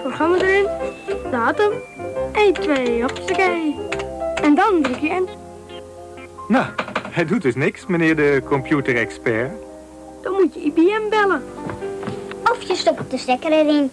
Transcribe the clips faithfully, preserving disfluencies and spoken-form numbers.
programma erin, datum, één, twee, hoppakee. En dan druk je in. Nou, hij doet dus niks, meneer de computerexpert. Dan moet je I B M bellen. Of je stopt de stekker erin.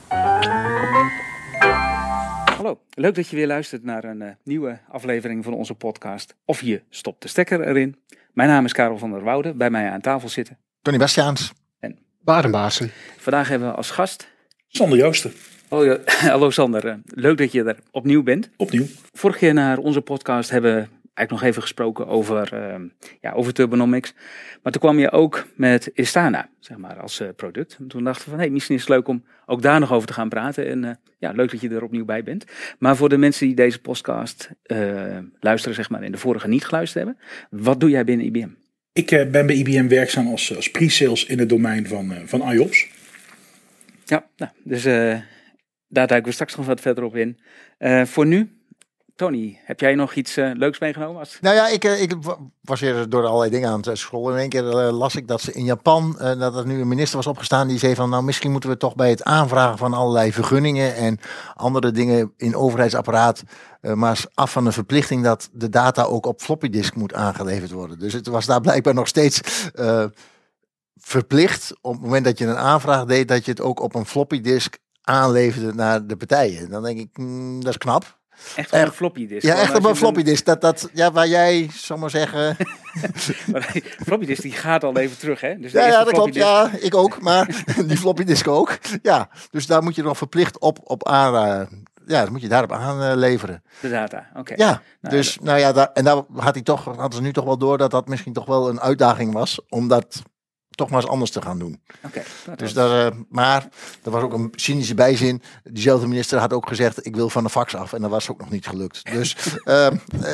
Hallo, leuk dat je weer luistert naar een uh, nieuwe aflevering van onze podcast. Of je stopt de stekker erin. Mijn naam is Karel van der Woude, bij mij aan tafel zitten Tony Bastiaans. En Barenbaasen. Vandaag hebben we als gast Sander Joosten. Oh ja, hallo Sander, uh, leuk dat je er opnieuw bent. Opnieuw. Vorige keer naar onze podcast hebben we eigenlijk nog even gesproken over, uh, ja, over Turbonomics. Maar toen kwam je ook met Istana, zeg maar, als uh, product. En toen dachten we van, hey, misschien is het leuk om ook daar nog over te gaan praten. En uh, ja, leuk dat je er opnieuw bij bent. Maar voor de mensen die deze podcast uh, luisteren, zeg maar, en de vorige niet geluisterd hebben. Wat doe jij binnen I B M? Ik uh, ben bij I B M werkzaam als, als pre-sales in het domein van, uh, van I O P S. Ja, nou, dus uh, daar duiken we straks nog wat verder op in. Uh, voor nu, Tony, heb jij nog iets uh, leuks meegenomen? Als... Nou ja, ik, ik was weer door allerlei dingen aan het scrollen. In één keer uh, las ik dat ze in Japan, uh, dat er nu een minister was opgestaan die zei van, nou misschien moeten we toch bij het aanvragen van allerlei vergunningen en andere dingen in overheidsapparaat, uh, maar eens af van de verplichting dat de data ook op floppy disk moet aangeleverd worden. Dus het was daar blijkbaar nog steeds uh, verplicht op het moment dat je een aanvraag deed, dat je het ook op een floppy disk aanleverde naar de partijen. Dan denk ik, mm, dat is knap. Echt op een floppy disk? Ja, echt op een floppy disk. Dat, dat, ja, waar jij, zal maar zeggen... maar die floppy disk die gaat al even terug, hè? Dus ja, ja, dat klopt. Disk... Ja, ik ook. Maar die floppy disk ook. Ja, dus daar moet je nog verplicht op, op aan... Uh, ja, dat moet je daarop aanleveren. Uh, de data, oké. Okay. Ja, nou, dus dat... nou ja, daar, en daar had hij toch, hadden ze nu toch wel door dat dat misschien toch wel een uitdaging was. Omdat... toch maar eens anders te gaan doen. Okay, dus daar, uh, maar er was ook een cynische bijzin. Diezelfde minister had ook gezegd, ik wil van de fax af. En dat was ook nog niet gelukt. Dus uh, uh,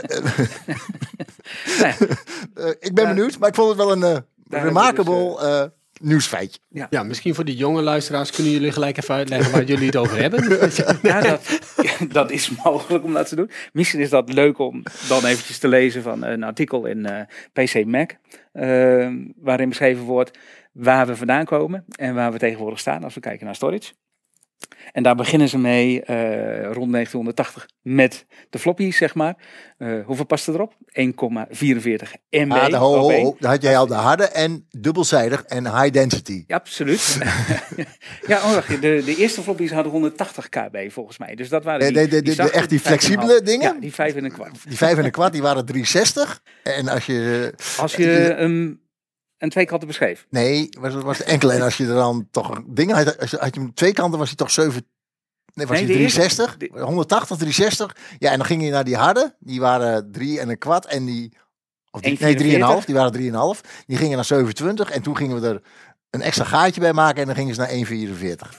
nee. uh, ik ben benieuwd, maar ik vond het wel een uh, remarkable dus, uh, uh, nieuwsfeitje. Ja. ja, misschien voor die jonge luisteraars kunnen jullie gelijk even uitleggen waar jullie het over hebben. Ja, dat, dat is mogelijk om dat te doen. Misschien is dat leuk om dan eventjes te lezen van een artikel in uh, P C Mac. Uh, waarin beschreven wordt waar we vandaan komen en waar we tegenwoordig staan als we kijken naar storage. En daar beginnen ze mee uh, rond negentienhonderdtachtig met de floppies, zeg maar. Uh, hoeveel past er erop? één komma vierenveertig megabyte. Ah, de ho, ho, ho. Dan had jij al de harde en dubbelzijdig en high density. Ja, absoluut. ja, oh, wacht, de, de eerste floppies hadden honderdtachtig kilobyte volgens mij. Dus dat waren die, de, de, de, die zachte, de, echt die flexibele dingen? Ja, die vijf en een kwart. Die vijf en een kwart, die waren driehonderdzestig. En als je... Als je... Um, En twee kanten beschreven? Nee, was, was de enkele. En als je er dan toch dingen had, als je, had je hem twee kanten, was hij toch zeven. Nee, was nee, hij driehonderdzestig? De... honderdtachtig, driehonderdzestig. Ja, en dan ging je naar die harde. Die waren drie en een kwart. En die. Of die nee, drie en een half. Die waren drie en een half. Die gingen naar zevenentwintig. En toen gingen we er een extra gaatje bij maken. En dan gingen ze naar één komma vierenveertig.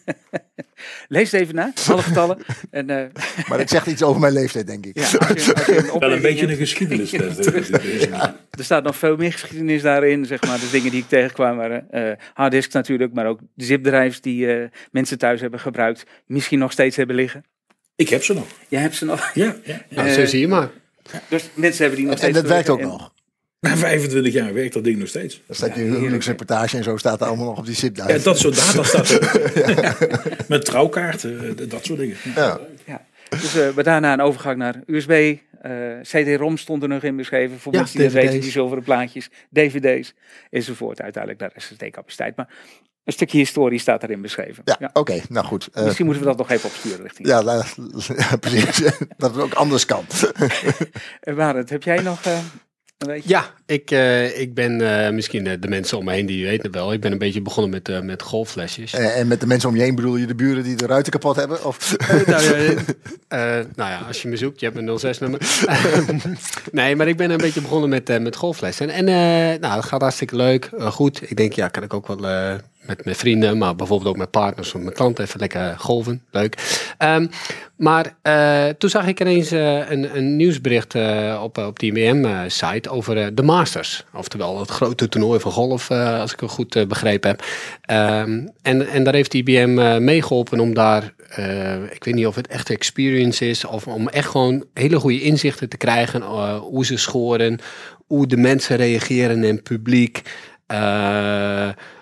Lees het even na, alle getallen. En, uh... Maar het zegt iets over mijn leeftijd, denk ik. Ja, als je, als je een Wel een beetje een geschiedenis. Ja. Er staat nog veel meer geschiedenis daarin, zeg maar. De dingen die ik tegenkwam waren uh, harddisks natuurlijk, maar ook de zipdrives die uh, mensen thuis hebben gebruikt, misschien nog steeds hebben liggen. Ik heb ze nog. Jij hebt ze nog? Ja. ja. Nou, uh, zo zie je maar. Ja. Dus mensen hebben die nog en, steeds. En dat werkt ook en... nog. Na vijfentwintig jaar werkt dat ding nog steeds. Dat staat je ja, huwelijksreportage en zo staat er allemaal nog op die zipdrive. Ja, dat soort data staat er. ja. Met trouwkaarten, dat soort dingen. Ja. Ja. Dus uh, we daarna een overgang naar U S B. Uh, C D-ROM stond er nog in beschreven. Voor ja, mensen die dat weten, die zilveren plaatjes. D V D's enzovoort. Uiteindelijk naar S S D-capaciteit. Maar een stukje historie staat erin beschreven. Ja, ja. oké. Okay, nou goed. Uh, Misschien moeten we dat nog even opsturen richting. Ja, la, ja precies. Dat het ook anders kan. En Barend, heb jij nog... Uh, Ja, ik, uh, ik ben uh, misschien uh, de mensen om me heen die weten het wel. Ik ben een beetje begonnen met, uh, met golfflesjes. Uh, en met de mensen om je heen bedoel je de buren die de ruiten kapot hebben? Of? Uh, nou, uh, uh, nou ja, als je me zoekt, je hebt een nul zes nummer. Nee, maar ik ben een beetje begonnen met, uh, met golfflessen. En uh, nou, dat gaat hartstikke leuk, uh, goed. Ik denk, ja, kan ik ook wel... Uh, met mijn vrienden, maar bijvoorbeeld ook met partners of mijn klanten even lekker golven. Leuk. Um, maar uh, toen zag ik ineens uh, een, een nieuwsbericht uh, op, op de I B M-site uh, over uh, de Masters. Oftewel het grote toernooi van golf, uh, als ik het goed uh, begrepen heb. Um, en, en daar heeft de I B M uh, meegeholpen om daar, uh, ik weet niet of het echt experience is, of om echt gewoon hele goede inzichten te krijgen. Uh, hoe ze scoren, hoe de mensen reageren in het publiek. Uh,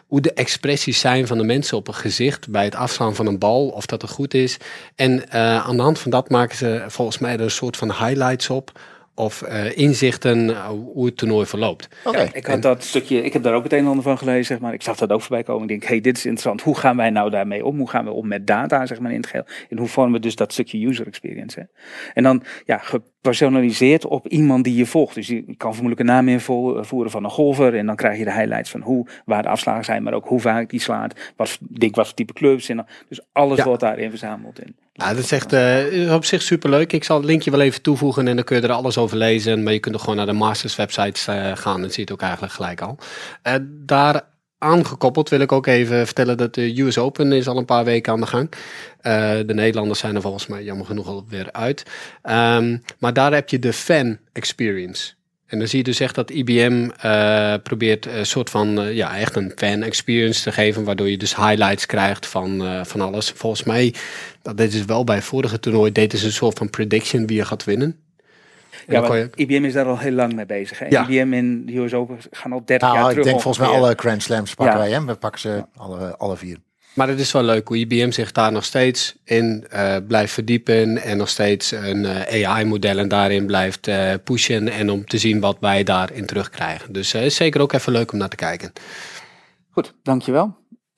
hoe de expressies zijn van de mensen op een gezicht bij het afslaan van een bal, of dat het goed is. En uh, aan de hand van dat maken ze volgens mij er een soort van highlights op. Of uh, inzichten uh, hoe het toernooi verloopt. Oké. Ja, ik had dat stukje, ik heb daar ook het een en ander van gelezen, zeg maar. Ik zag dat ook voorbij komen. Ik denk, hey, dit is interessant. Hoe gaan wij nou daarmee om? Hoe gaan we om met data, zeg maar, in het geheel? En hoe vormen we dus dat stukje user experience? Hè? En dan, ja, gepersonaliseerd op iemand die je volgt. Dus je kan vermoedelijk een naam invoeren van een golfer. En dan krijg je de highlights van hoe, waar de afslagen zijn, maar ook hoe vaak die slaat. Wat, denk wat voor type clubs. En dan, dus alles Ja. wordt daarin verzameld. En, Ja, dat is echt uh, op zich superleuk. Ik zal het linkje wel even toevoegen en dan kun je er alles over lezen. Maar je kunt er gewoon naar de Masters websites uh, gaan en zie je het ook eigenlijk gelijk al. Uh, daar aangekoppeld wil ik ook even vertellen dat de U S Open is al een paar weken aan de gang. Uh, de Nederlanders zijn er volgens mij jammer genoeg alweer uit. Um, maar daar heb je de fan experience. En dan zie je dus echt dat I B M uh, probeert een soort van, uh, ja, echt een fan experience te geven, waardoor je dus highlights krijgt van, uh, van alles. Volgens mij, dat deed dus wel bij het vorige toernooi, deden ze een soort van prediction wie je gaat winnen. En ja, dan maar kon je... I B M is daar al heel lang mee bezig. Hè? Ja. I B M en de U S Open gaan al dertig Nou, jaar ik terug. denk volgens mij ongeveer. alle Grand Slams pakken Ja. wij. Hè? We pakken ze alle, alle vier. Maar het is wel leuk hoe I B M zich daar nog steeds in uh, blijft verdiepen en nog steeds een uh, A I-modellen daarin blijft uh, pushen en om te zien wat wij daarin terugkrijgen. Dus het uh, is zeker ook even leuk om naar te kijken. Goed, dankjewel.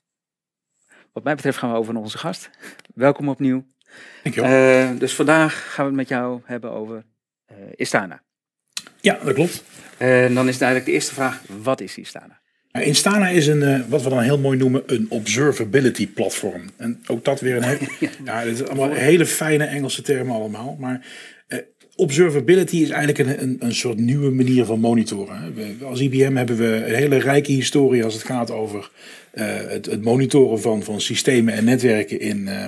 Wat mij betreft gaan we over naar onze gast. Welkom opnieuw. Dankjewel. Uh, dus vandaag gaan we het met jou hebben over uh, Instana. Ja, dat klopt. Uh, dan is eigenlijk de eerste vraag, wat is Instana? Nou, Instana is een, uh, wat we dan heel mooi noemen, een observability platform. En ook dat weer een heel, ja, dit is allemaal hele fijne Engelse termen allemaal. Maar uh, observability is eigenlijk een, een, een soort nieuwe manier van monitoren. We, als I B M hebben we een hele rijke historie als het gaat over uh, het, het monitoren van, van systemen en netwerken in, uh,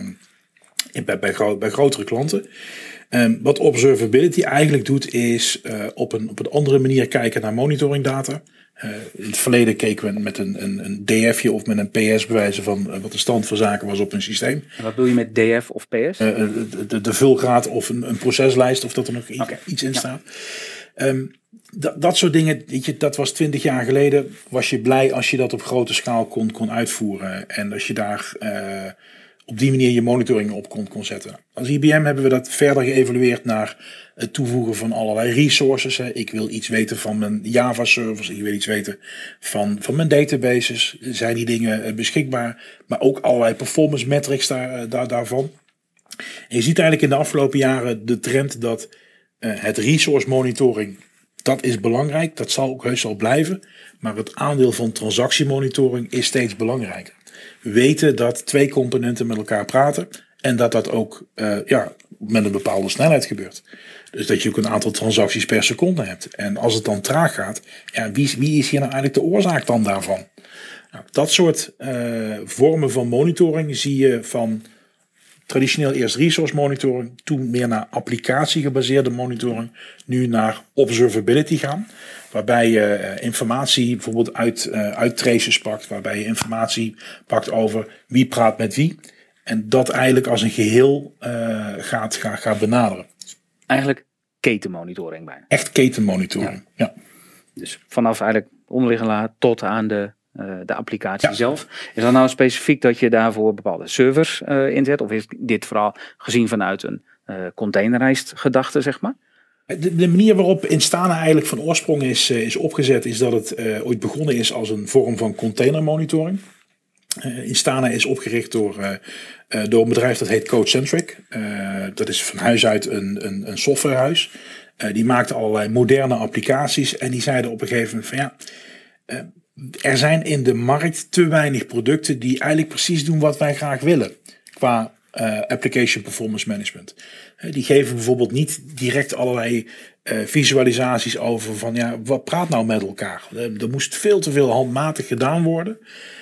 in, bij, bij, gro- bij grotere klanten. Um, wat observability eigenlijk doet is uh, op, een, op een andere manier kijken naar monitoringdata. Uh, in het verleden keken we met een, een, een D F'je of met een P S bewijzen van uh, wat de stand van zaken was op een systeem. En wat bedoel je met D F of P S? Uh, de, de, de vulgraad of een, een proceslijst of dat er nog i- Okay. iets in Ja. staat. Um, dat, dat soort dingen, weet je, dat was twintig jaar geleden. Was je blij als je dat op grote schaal kon, kon uitvoeren. En als je daar uh, op die manier je monitoring op kon, kon zetten. Als I B M hebben we dat verder geëvalueerd naar het toevoegen van allerlei resources. Hè. Ik wil iets weten van mijn Java servers. Ik wil iets weten van, van mijn databases. Zijn die dingen beschikbaar? Maar ook allerlei performance metrics daar, daar, daarvan. En je ziet eigenlijk in de afgelopen jaren de trend dat uh, het resource monitoring, dat is belangrijk. Dat zal ook heus wel blijven. Maar het aandeel van transactiemonitoring is steeds belangrijker. We weten dat twee componenten met elkaar praten. En dat dat ook uh, ja, met een bepaalde snelheid gebeurt. Dus dat je ook een aantal transacties per seconde hebt. En als het dan traag gaat, ja, wie, wie is hier nou eigenlijk de oorzaak dan daarvan? Nou, dat soort uh, vormen van monitoring zie je van traditioneel eerst resource monitoring, toen meer naar applicatie-gebaseerde monitoring, nu naar observability gaan. Waarbij je uh, informatie bijvoorbeeld uit, uh, uit traces pakt, waarbij je informatie pakt over wie praat met wie. En dat eigenlijk als een geheel uh, gaat, gaat, gaat benaderen. Eigenlijk ketenmonitoring bijna. Echt ketenmonitoring, ja. ja. Dus vanaf eigenlijk onderliggende laag tot aan de, uh, de applicatie Ja. zelf. Is dat nou specifiek dat je daarvoor bepaalde servers uh, inzet? Of is dit vooral gezien vanuit een uh, containerized gedachte, zeg maar? De, de manier waarop Instana eigenlijk van oorsprong is, uh, is opgezet, is dat het uh, ooit begonnen is als een vorm van containermonitoring. Uh, Instana is opgericht door, uh, uh, door een bedrijf dat heet CodeCentric. Uh, dat is van huis uit een, een, een softwarehuis. Uh, die maakte allerlei moderne applicaties. En die zeiden op een gegeven moment van ja, uh, er zijn in de markt te weinig producten die eigenlijk precies doen wat wij graag willen. Qua uh, application performance management. Uh, die geven bijvoorbeeld niet direct allerlei uh, visualisaties over van ja, wat praat nou met elkaar. Uh, er moest veel te veel handmatig gedaan worden.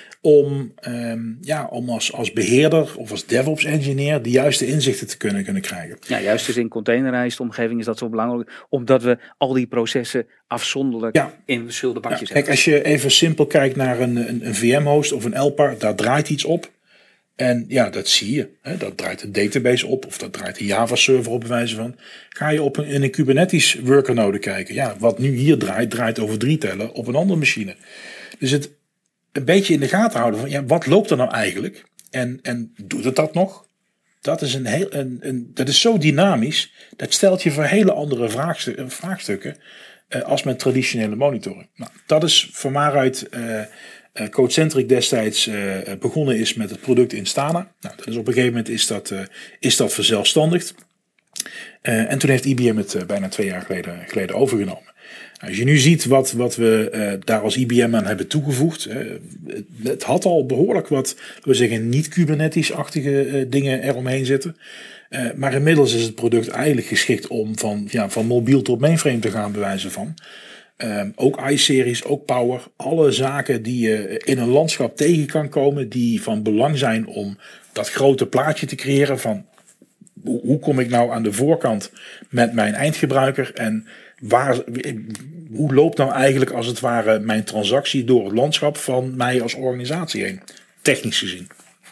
Om, um, ja, om als, als beheerder of als DevOps engineer de juiste inzichten te kunnen, kunnen krijgen. Ja, juist dus in containerized omgeving is dat zo belangrijk. Omdat we al die processen afzonderlijk Ja. in verschillende bakjes Ja, hebben. kijk, als je even simpel kijkt naar een, een, een V M-host of een L P A R, daar draait iets op. En ja, dat zie je. Hè? Dat draait een database op of dat draait een Java-server op, bij wijze van. Ga je op een, in een Kubernetes workernode kijken. Ja, wat nu hier draait, draait over drie tellen op een andere machine. Dus het een beetje in de gaten houden van ja, wat loopt er nou eigenlijk? En, en doet het dat nog? Dat is, een heel, een, een, dat is zo dynamisch. Dat stelt je voor hele andere vraagstu- vraagstukken uh, als met traditionele monitoring. Nou, dat is van waaruit uh, uh, Codecentric destijds uh, begonnen is met het product Instana. Nou, dat is op een gegeven moment is dat, uh, is dat verzelfstandigd. Uh, en toen heeft I B M het uh, bijna twee jaar geleden, geleden overgenomen. Als je nu ziet wat, wat we uh, daar als I B M aan hebben toegevoegd. Uh, het, het had al behoorlijk wat, we zeggen, niet-Kubernetes-achtige uh, dingen eromheen zitten. Uh, maar inmiddels is het product eigenlijk geschikt om van, ja, van mobiel tot mainframe te gaan, bij wijze van. Uh, ook iSeries, ook Power. Alle zaken die je in een landschap tegen kan komen. Die van belang zijn om dat grote plaatje te creëren. Van hoe, hoe kom ik nou aan de voorkant met mijn eindgebruiker. En waar, hoe loopt nou eigenlijk als het ware mijn transactie door het landschap van mij als organisatie heen. Technisch gezien.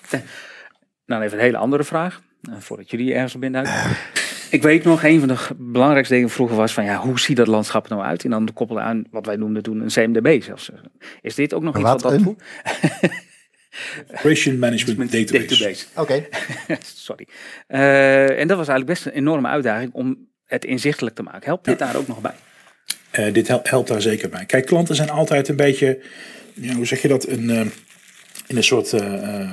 Nou, even een hele andere vraag. Voordat jullie ergens op binnen. Ik weet nog, een van de belangrijkste dingen vroeger was van ja, hoe ziet dat landschap er nou uit? En dan koppelen aan wat wij noemden toen een C M D B zelfs. Is dit ook nog iets wat wat dat voelt? Operation Management Database. Database. Oké. Sorry. Uh, en dat was eigenlijk best een enorme uitdaging om het inzichtelijk te maken. Helpt dit daar ook nog bij? Uh, dit helpt, helpt daar zeker bij. Kijk, klanten zijn altijd een beetje, ja, hoe zeg je dat, een, uh, in een soort uh,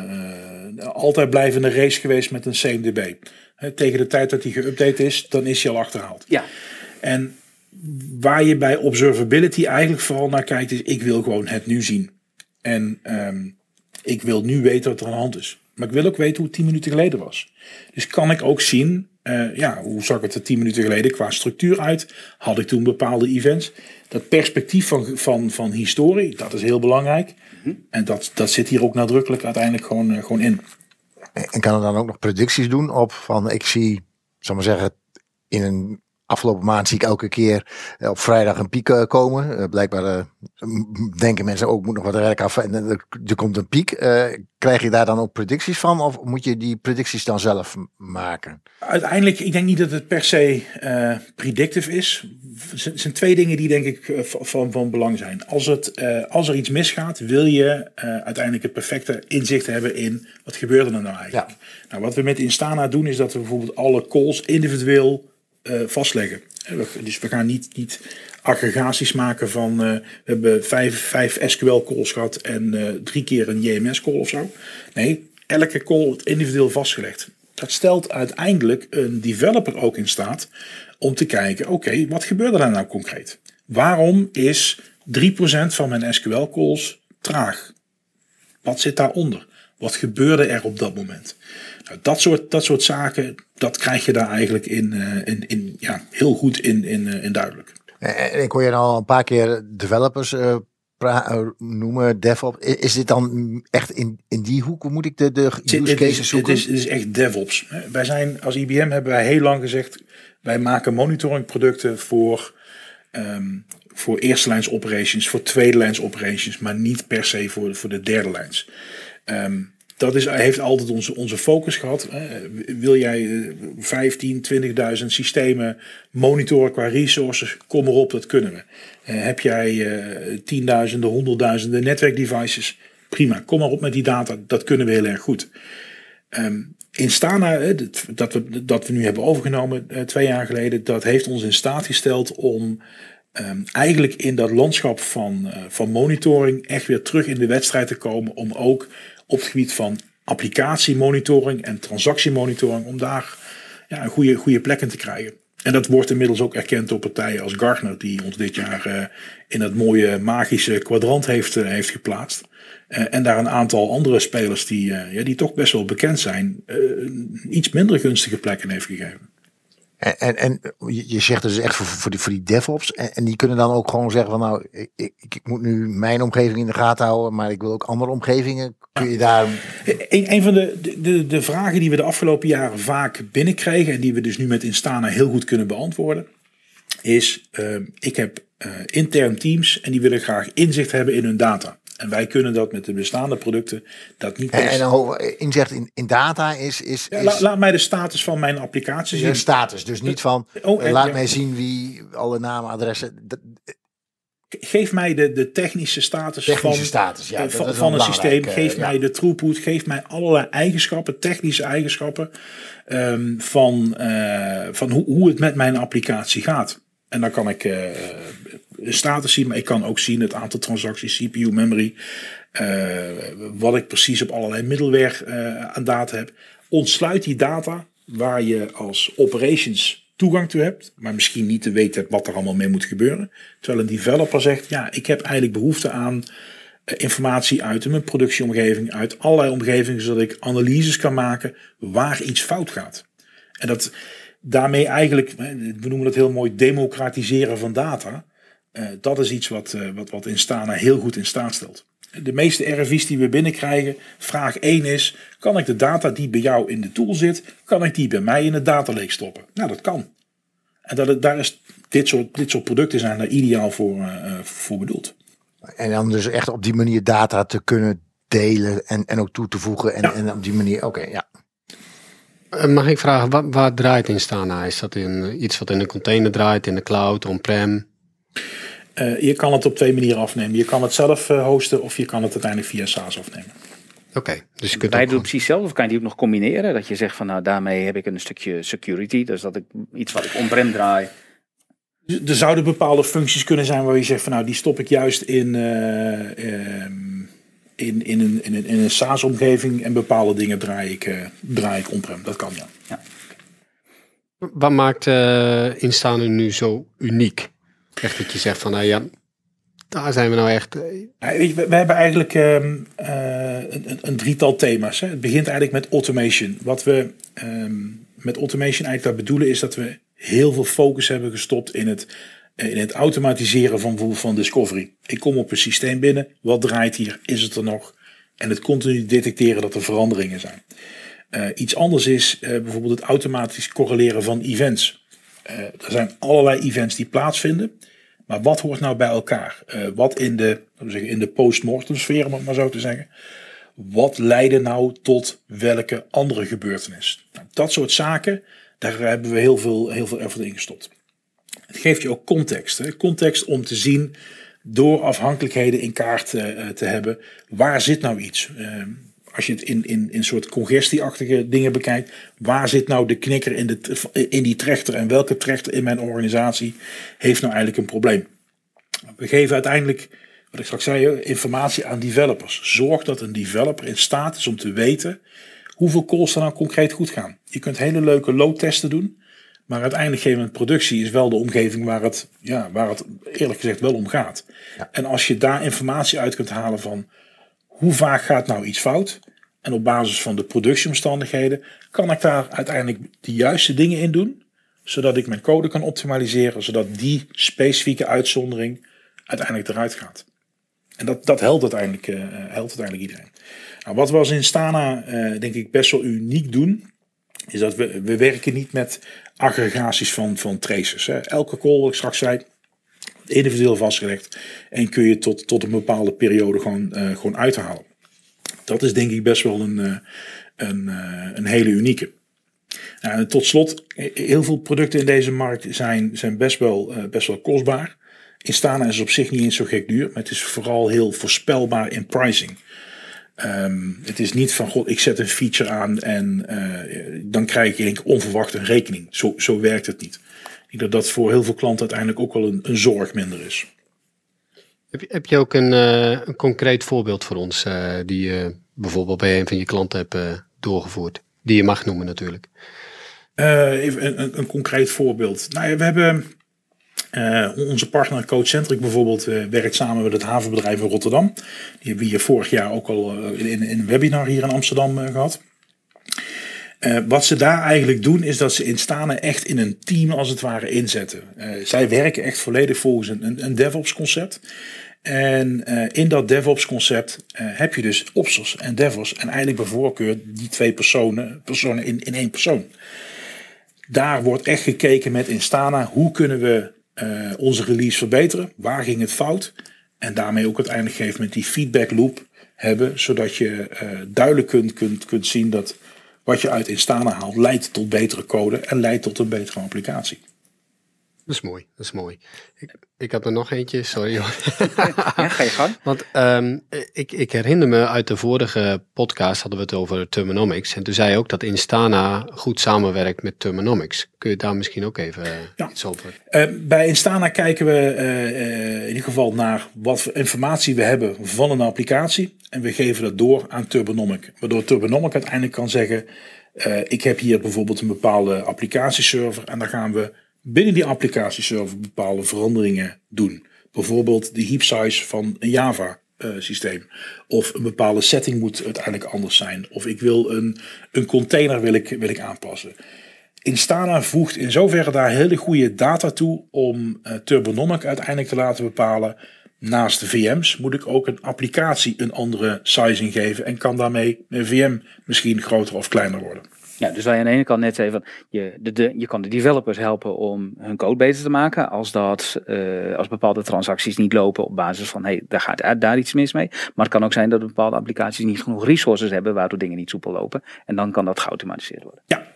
uh, altijd blijvende race geweest met een C M D B. He, tegen de tijd dat die geüpdate is, dan is hij al achterhaald. Ja. En waar je bij observability eigenlijk vooral naar kijkt, is ik wil gewoon het nu zien. En um, ik wil nu weten wat er aan de hand is. Maar ik wil ook weten hoe het tien minuten geleden was. Dus kan ik ook zien, uh, ja, hoe zag het er tien minuten geleden qua structuur uit? Had ik toen bepaalde events? Dat perspectief van, van, van historie, dat is heel belangrijk. Mm-hmm. En dat, dat zit hier ook nadrukkelijk uiteindelijk gewoon, uh, gewoon in. En kan er dan ook nog predicties doen op van ik zie, zal maar zeggen, in een afgelopen maand zie ik elke keer op vrijdag een piek komen. Uh, blijkbaar uh, denken mensen ook, moet nog wat werk af en uh, er komt een piek. Uh, krijg je daar dan ook predicties van of moet je die predicties dan zelf maken? Uiteindelijk, ik denk niet dat het per se uh, predictive is. Er zijn twee dingen die denk ik uh, van, van belang zijn. Als, het, uh, als er iets misgaat, wil je uh, uiteindelijk het perfecte inzicht hebben in wat gebeurde er nou eigenlijk. Ja. Nou, wat we met Instana doen is dat we bijvoorbeeld alle calls individueel Uh, vastleggen. Dus we gaan niet, niet aggregaties maken van uh, we hebben vijf, vijf S Q L calls gehad en uh, drie keer een J M S call of zo. Nee, elke call wordt individueel vastgelegd. Dat stelt uiteindelijk een developer ook in staat om te kijken, oké, okay, wat gebeurde daar nou concreet? Waarom is drie procent van mijn S Q L calls traag? Wat zit daaronder? Wat gebeurde er op dat moment? Nou, dat soort, dat soort zaken, dat krijg je daar eigenlijk in, uh, in, in, ja, heel goed in, in, uh, in duidelijk. En ik hoor je al een paar keer developers uh, pra- uh, noemen, DevOps. Is, is dit dan echt in, in die hoek? Hoe moet ik de, de use cases zoeken? Het is, het is echt DevOps. Wij zijn als I B M hebben wij heel lang gezegd, wij maken monitoringproducten voor, um, voor eerste lijns operations, voor tweede lijns operations, maar niet per se voor, voor de derde lijns. Um, Dat is, heeft altijd onze, onze focus gehad. Wil jij vijftien, twintigduizend systemen monitoren qua resources? Kom maar op, dat kunnen we. Heb jij tienduizenden, honderdduizenden netwerkdevices? Prima, kom maar op met die data. Dat kunnen we heel erg goed. Instana, dat we, dat we nu hebben overgenomen twee jaar geleden, dat heeft ons in staat gesteld om Um, eigenlijk in dat landschap van, uh, van monitoring echt weer terug in de wedstrijd te komen om ook op het gebied van applicatiemonitoring en transactiemonitoring om daar ja, een goede, goede plek in te krijgen. En dat wordt inmiddels ook erkend door partijen als Gartner die ons dit jaar uh, in dat mooie magische kwadrant heeft, uh, heeft geplaatst. Uh, en daar een aantal andere spelers die, uh, ja, die toch best wel bekend zijn, uh, iets minder gunstige plekken heeft gegeven. En, en, en je zegt dus echt voor, voor, die, voor die DevOps. En, en die kunnen dan ook gewoon zeggen van nou, ik, ik, ik moet nu mijn omgeving in de gaten houden, maar ik wil ook andere omgevingen. Kun je daar... Een, een van de, de, de vragen die we de afgelopen jaren vaak binnenkregen en die we dus nu met Instana heel goed kunnen beantwoorden, is uh, ik heb uh, intern teams en die willen graag inzicht hebben in hun data. En wij kunnen dat met de bestaande producten dat niet. En, en dan inzicht in, in data is. is, ja, is la, laat mij de status van mijn applicatie zien. De status, dus niet van. Oh, en, laat ja. mij zien wie alle namen, adressen. Dat, Geef mij de, de technische status Technische van, status, ja, uh, dat van, is van een wel systeem. belangrijk, Geef uh, mij ja. de throughput. Geef mij allerlei eigenschappen, technische eigenschappen. Um, van uh, van hoe, hoe het met mijn applicatie gaat. En dan kan ik uh, een status zien. Maar ik kan ook zien het aantal transacties, C P U, memory. Uh, wat ik precies op allerlei middleware uh, aan data heb. Ontsluit die data waar je als operations toegang toe hebt, maar misschien niet te weten hebt wat er allemaal mee moet gebeuren. Terwijl een developer zegt, ja, ik heb eigenlijk behoefte aan uh, informatie uit mijn productieomgeving, uit allerlei omgevingen, zodat ik analyses kan maken waar iets fout gaat. En dat daarmee eigenlijk, we noemen dat heel mooi, democratiseren van data. Uh, dat is iets wat, uh, wat, wat Instana heel goed in staat stelt. De meeste R F I's die we binnenkrijgen, vraag één is, kan ik de data die bij jou in de tool zit, kan ik die bij mij in het data lake stoppen? Nou, dat kan. En dat het, daar is dit soort, dit soort producten zijn daar ideaal voor, uh, voor bedoeld. En dan dus echt op die manier data te kunnen delen en, en ook toe te voegen. En, Ja. en op die manier, oké, okay, ja. Uh, mag ik vragen, waar, waar draait Instana? Is dat in, uh, iets wat in een container draait, in de cloud, on-prem? Uh, je kan het op twee manieren afnemen. Je kan het zelf uh, hosten of je kan het uiteindelijk via SaaS afnemen. Oké, okay, dus je kunt Wij ook doen het precies zelf, of kan je die ook nog combineren? Dat je zegt van nou daarmee heb ik een stukje security. Dus dat ik iets wat ik on-prem draai. Er zouden bepaalde functies kunnen zijn waar je zegt van nou die stop ik juist in, uh, um, in, in een, in een, in een SaaS-omgeving en bepaalde dingen draai ik, uh, draai ik on-prem. Dat kan ja. ja. Wat maakt uh, Instana nu zo uniek? Echt dat je zegt van nou ja, daar zijn we nou echt... Ja, weet je, we, we hebben eigenlijk um, uh, een, een drietal thema's. Hè. Het begint eigenlijk met automation. Wat we um, met automation eigenlijk daar bedoelen is dat we heel veel focus hebben gestopt in het, in het automatiseren van, van discovery. Ik kom op een systeem binnen, wat draait hier, is het er nog? En het continu detecteren dat er veranderingen zijn. Uh, iets anders is uh, bijvoorbeeld het automatisch correleren van events. Uh, er zijn allerlei events die plaatsvinden. Maar wat hoort nou bij elkaar? Uh, wat in de, laten we zeggen, in de post-mortem sfeer, om het maar zo te zeggen. Wat leidde nou tot welke andere gebeurtenis? Nou, dat soort zaken, daar hebben we heel veel, heel veel effort in gestopt. Het geeft je ook context. Hè? Context om te zien, door afhankelijkheden in kaart uh, te hebben. Waar zit nou iets? Uh, Als je het in, in, in soort congestieachtige dingen bekijkt. Waar zit nou de knikker in, de, in die trechter? En welke trechter in mijn organisatie heeft nou eigenlijk een probleem? We geven uiteindelijk, wat ik straks zei, informatie aan developers. Zorg dat een developer in staat is om te weten hoeveel calls er nou concreet goed gaan. Je kunt hele leuke loadtesten doen. Maar uiteindelijk gegeven moment productie is wel de omgeving waar het, ja, waar het eerlijk gezegd wel om gaat. Ja. En als je daar informatie uit kunt halen van hoe vaak gaat nou iets fout? En op basis van de productieomstandigheden kan ik daar uiteindelijk de juiste dingen in doen. Zodat ik mijn code kan optimaliseren. Zodat die specifieke uitzondering uiteindelijk eruit gaat. En dat, dat helpt, uiteindelijk, uh, helpt uiteindelijk iedereen. Nou, wat we als Instana uh, denk ik best wel uniek doen. Is dat we, we werken niet met aggregaties van, van traces. Hè. Elke call, wat ik straks zei, individueel vastgelegd. En kun je tot, tot een bepaalde periode gewoon, uh, gewoon uithalen. Dat is denk ik best wel een, uh, een, uh, een hele unieke. Uh, tot slot, heel veel producten in deze markt zijn, zijn best, wel, uh, best wel kostbaar. Instana is op zich niet eens zo gek duur. Maar het is vooral heel voorspelbaar in pricing. Um, het is niet van, god, ik zet een feature aan en uh, dan krijg ik onverwacht een rekening. Zo, zo werkt het niet. Ik denk dat dat voor heel veel klanten uiteindelijk ook wel een, een zorg minder is. Heb je, heb je ook een, uh, een concreet voorbeeld voor ons uh, die je bijvoorbeeld bij een van je klanten hebt uh, doorgevoerd? Die je mag noemen natuurlijk. Uh, even een, een, een concreet voorbeeld. Nou ja, we hebben uh, onze partner CodeCentric bijvoorbeeld uh, werkt samen met het havenbedrijf in Rotterdam. Die hebben we hier vorig jaar ook al uh, in, in een webinar hier in Amsterdam uh, gehad. Uh, wat ze daar eigenlijk doen is dat ze Instana echt in een team als het ware inzetten. Uh, zij werken echt volledig volgens een, een, een DevOps concept. En uh, in dat DevOps concept uh, heb je dus Opsers en DevOps en eigenlijk bij voorkeur die twee personen, personen in, in één persoon. Daar wordt echt gekeken met Instana, hoe kunnen we uh, onze release verbeteren? Waar ging het fout? En daarmee ook uiteindelijk gegeven met die feedback loop hebben, zodat je uh, duidelijk kunt, kunt, kunt zien dat wat je uit Instana haalt leidt tot betere code en leidt tot een betere applicatie. Dat is mooi, dat is mooi. Ik, ik had er nog eentje, sorry. Ja, ga je gang. Want um, ik, ik herinner me uit de vorige podcast hadden we het over Turbonomics. En toen zei je ook dat Instana goed samenwerkt met Turbonomics. Kun je daar misschien ook even ja. iets over? Uh, bij Instana kijken we uh, uh, in ieder geval naar wat voor informatie we hebben van een applicatie. En we geven dat door aan Turbonomic. Waardoor Turbonomic uiteindelijk kan zeggen, uh, ik heb hier bijvoorbeeld een bepaalde applicatieserver en dan gaan we binnen die applicatieserver bepaalde veranderingen doen. Bijvoorbeeld de heap size van een Java uh, systeem. Of een bepaalde setting moet uiteindelijk anders zijn. Of ik wil een, een container wil ik, wil ik aanpassen. Instana voegt in zoverre daar hele goede data toe om uh, Turbonomic uiteindelijk te laten bepalen. Naast de V M's moet ik ook een applicatie een andere sizing geven. En kan daarmee een V M misschien groter of kleiner worden. Ja, dus waar je aan de ene kant net zei van je, de, de, je kan de developers helpen om hun code beter te maken als dat uh, als bepaalde transacties niet lopen op basis van hey, daar gaat daar iets mis mee. Maar het kan ook zijn dat bepaalde applicaties niet genoeg resources hebben waardoor dingen niet soepel lopen. En dan kan dat geautomatiseerd worden. Ja.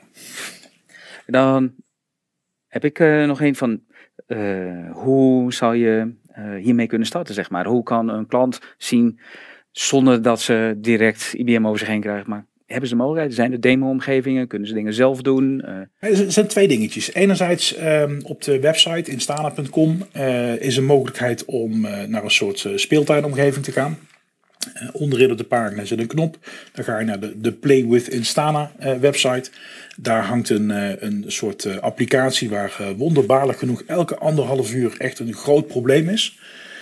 Dan heb ik uh, nog een van uh, hoe zou je uh, hiermee kunnen starten, zeg maar. Hoe kan een klant zien zonder dat ze direct I B M over zich heen krijgen, maar hebben ze de mogelijkheid? Zijn er demo-omgevingen? Kunnen ze dingen zelf doen? Uh... Er zijn twee dingetjes. Enerzijds um, op de website instana punt com uh, is een mogelijkheid om uh, naar een soort uh, speeltuinomgeving te gaan. Uh, onderin op de pagina zit een knop. Dan ga je naar de, de Play with Instana uh, website. Daar hangt een, uh, een soort uh, applicatie waar uh, wonderbaarlijk genoeg elke anderhalf uur echt een groot probleem is.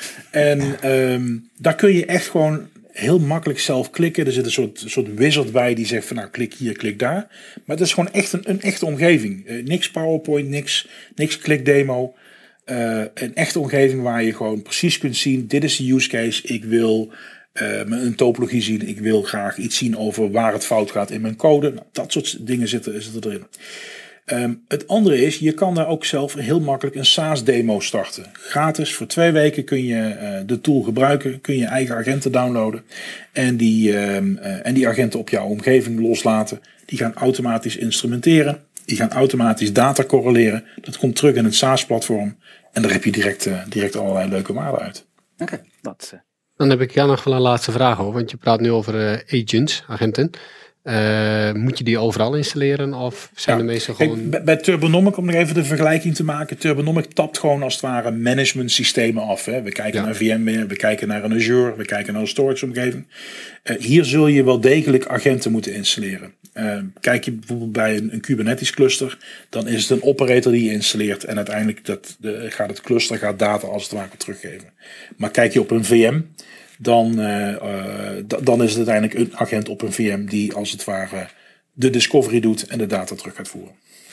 En um, daar kun je echt gewoon heel makkelijk zelf klikken. Er zit een soort, soort wizard bij die zegt van nou klik hier, klik daar. Maar het is gewoon echt een, een echte omgeving. Uh, niks PowerPoint, niks, niks klikdemo. Uh, een echte omgeving waar je gewoon precies kunt zien. Dit is de use case. Ik wil uh, een topologie zien. Ik wil graag iets zien over waar het fout gaat in mijn code. Nou, dat soort dingen zitten, zitten erin. Um, het andere is, je kan daar ook zelf heel makkelijk een SaaS-demo starten. Gratis, voor twee weken kun je uh, de tool gebruiken, kun je eigen agenten downloaden en die, um, uh, en die agenten op jouw omgeving loslaten. Die gaan automatisch instrumenteren, die gaan automatisch data correleren. Dat komt terug in het SaaS-platform en daar heb je direct, uh, direct allerlei leuke waarden uit. Oké, okay, dat... Uh... Dan heb ik jou nog wel een laatste vraag over, want je praat nu over uh, agents, agenten. Uh, moet je die overal installeren of zijn ja, de meeste gewoon... Kijk, bij, bij Turbonomic, om nog even de vergelijking te maken. Turbonomic tapt gewoon als het ware management systemen af. Hè. We kijken ja. naar VMware, we kijken naar een Azure, we kijken naar een storage omgeving. Uh, hier zul je wel degelijk agenten moeten installeren. Uh, kijk je bijvoorbeeld bij een, een Kubernetes cluster, dan is het een operator die je installeert en uiteindelijk dat, de, gaat het cluster gaat data als het ware teruggeven. Maar kijk je op een V M... Dan, uh, uh, d- dan is het uiteindelijk een agent op een V M die als het ware de discovery doet en de data terug gaat voeren.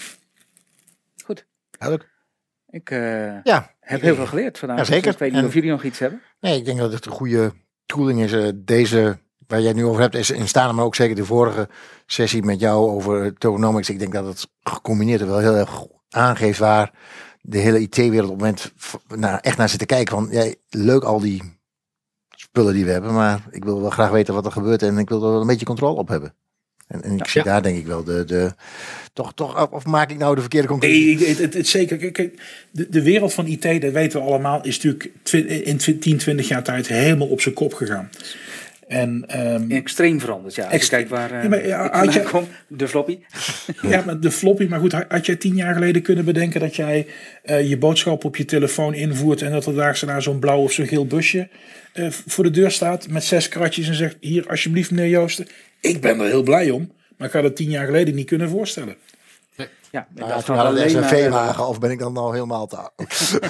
Goed. Duidelijk. Ik uh, ja, heb heel veel geleerd vandaag. Ja, zeker. Ik weet niet en, of jullie nog iets hebben. Nee, ik denk dat het een goede tooling is. Uh, deze waar jij het nu over hebt is Instana, maar ook zeker de vorige sessie met jou over Turbonomics. Ik denk dat het gecombineerd wel heel erg aangeeft waar de hele I T-wereld op het moment nou, echt naar zit te kijken. Van, ja, leuk al die spullen die we hebben, maar ik wil wel graag weten wat er gebeurt en ik wil er wel een beetje controle op hebben. En, en ik ja, zie ja. daar denk ik wel de, de toch, toch, of maak ik nou de verkeerde conclusie? Nee, het, het, het zeker. Kijk, de, de wereld van I T, dat weten we allemaal, is natuurlijk in tien, twintig jaar tijd helemaal op zijn kop gegaan. En, um, extreem veranderd, ja. Ext- Kijk waar uh, ja, maar, ja, had je, kom, de floppy. Ja, maar de floppy. Maar goed, had jij tien jaar geleden kunnen bedenken dat jij uh, je boodschap op je telefoon invoert en dat er daar daarna zo'n blauw of zo'n geel busje uh, voor de deur staat met zes kratjes en zegt, hier alsjeblieft meneer Joosten, ik ben er heel blij om, maar ik had het tien jaar geleden niet kunnen voorstellen. Ja, nou, dat toen hadden de S N V-wagen, of ben ik dan nou helemaal te oud?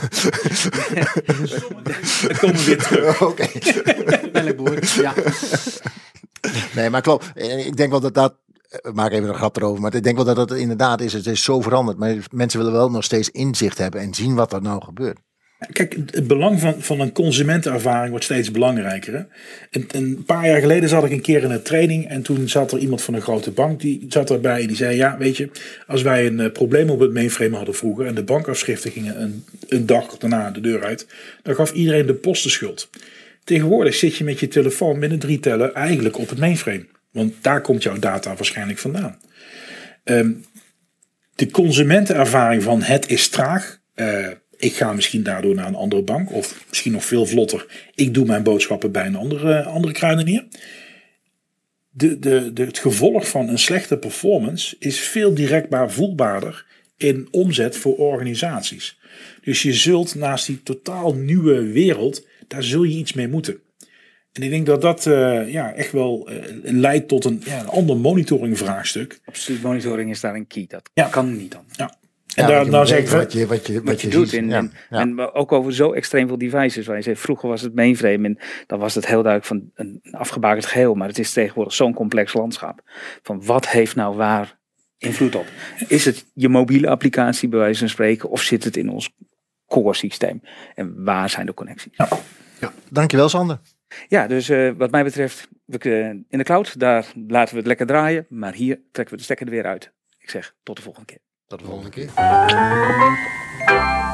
Dan komen we weer terug. Oké. Ja. Nee, maar klopt. Ik denk wel dat dat, ik maak even een grap erover, maar ik denk wel dat dat inderdaad is. Het is zo veranderd, maar mensen willen wel nog steeds inzicht hebben en zien wat er nou gebeurt. Kijk, het belang van, van een consumentenervaring wordt steeds belangrijker. Hè? Een, een paar jaar geleden zat ik een keer in een training en toen zat er iemand van een grote bank, die zat erbij en die zei, ja, weet je, als wij een uh, probleem op het mainframe hadden vroeger en de bankafschriften gingen een, een dag daarna de deur uit, dan gaf iedereen de post de schuld. Tegenwoordig zit je met je telefoon binnen drie tellen eigenlijk op het mainframe, want daar komt jouw data waarschijnlijk vandaan. Um, de consumentenervaring van het is traag, Uh, ik ga misschien daardoor naar een andere bank. Of misschien nog veel vlotter. Ik doe mijn boodschappen bij een andere, andere kruidenier. De, de, de, het gevolg van een slechte performance is veel directbaar voelbaarder in omzet voor organisaties. Dus je zult naast die totaal nieuwe wereld, daar zul je iets mee moeten. En ik denk dat dat uh, ja, echt wel uh, leidt tot een, ja, een ander monitoringvraagstuk. Absoluut, monitoring is daar een key. Dat ja. kan niet dan. Ja. En ja, daar nou zeg ik wat je, wat je, wat wat je, je doet. ziet. In, Ja. En, Ja. en ook over zo extreem veel devices. Waar je zei, vroeger was het mainframe en dan was het heel duidelijk van een afgebakend geheel. Maar het is tegenwoordig zo'n complex landschap. Van wat heeft nou waar invloed op? Is het je mobiele applicatie bij wijze van spreken of zit het in ons core systeem? En waar zijn de connecties? Ja. Ja. Dankjewel Sander. Ja, dus uh, wat mij betreft, we, uh, in de cloud, daar laten we het lekker draaien. Maar hier trekken we de stekker er weer uit. Ik zeg, tot de volgende keer. Tot de volgende keer.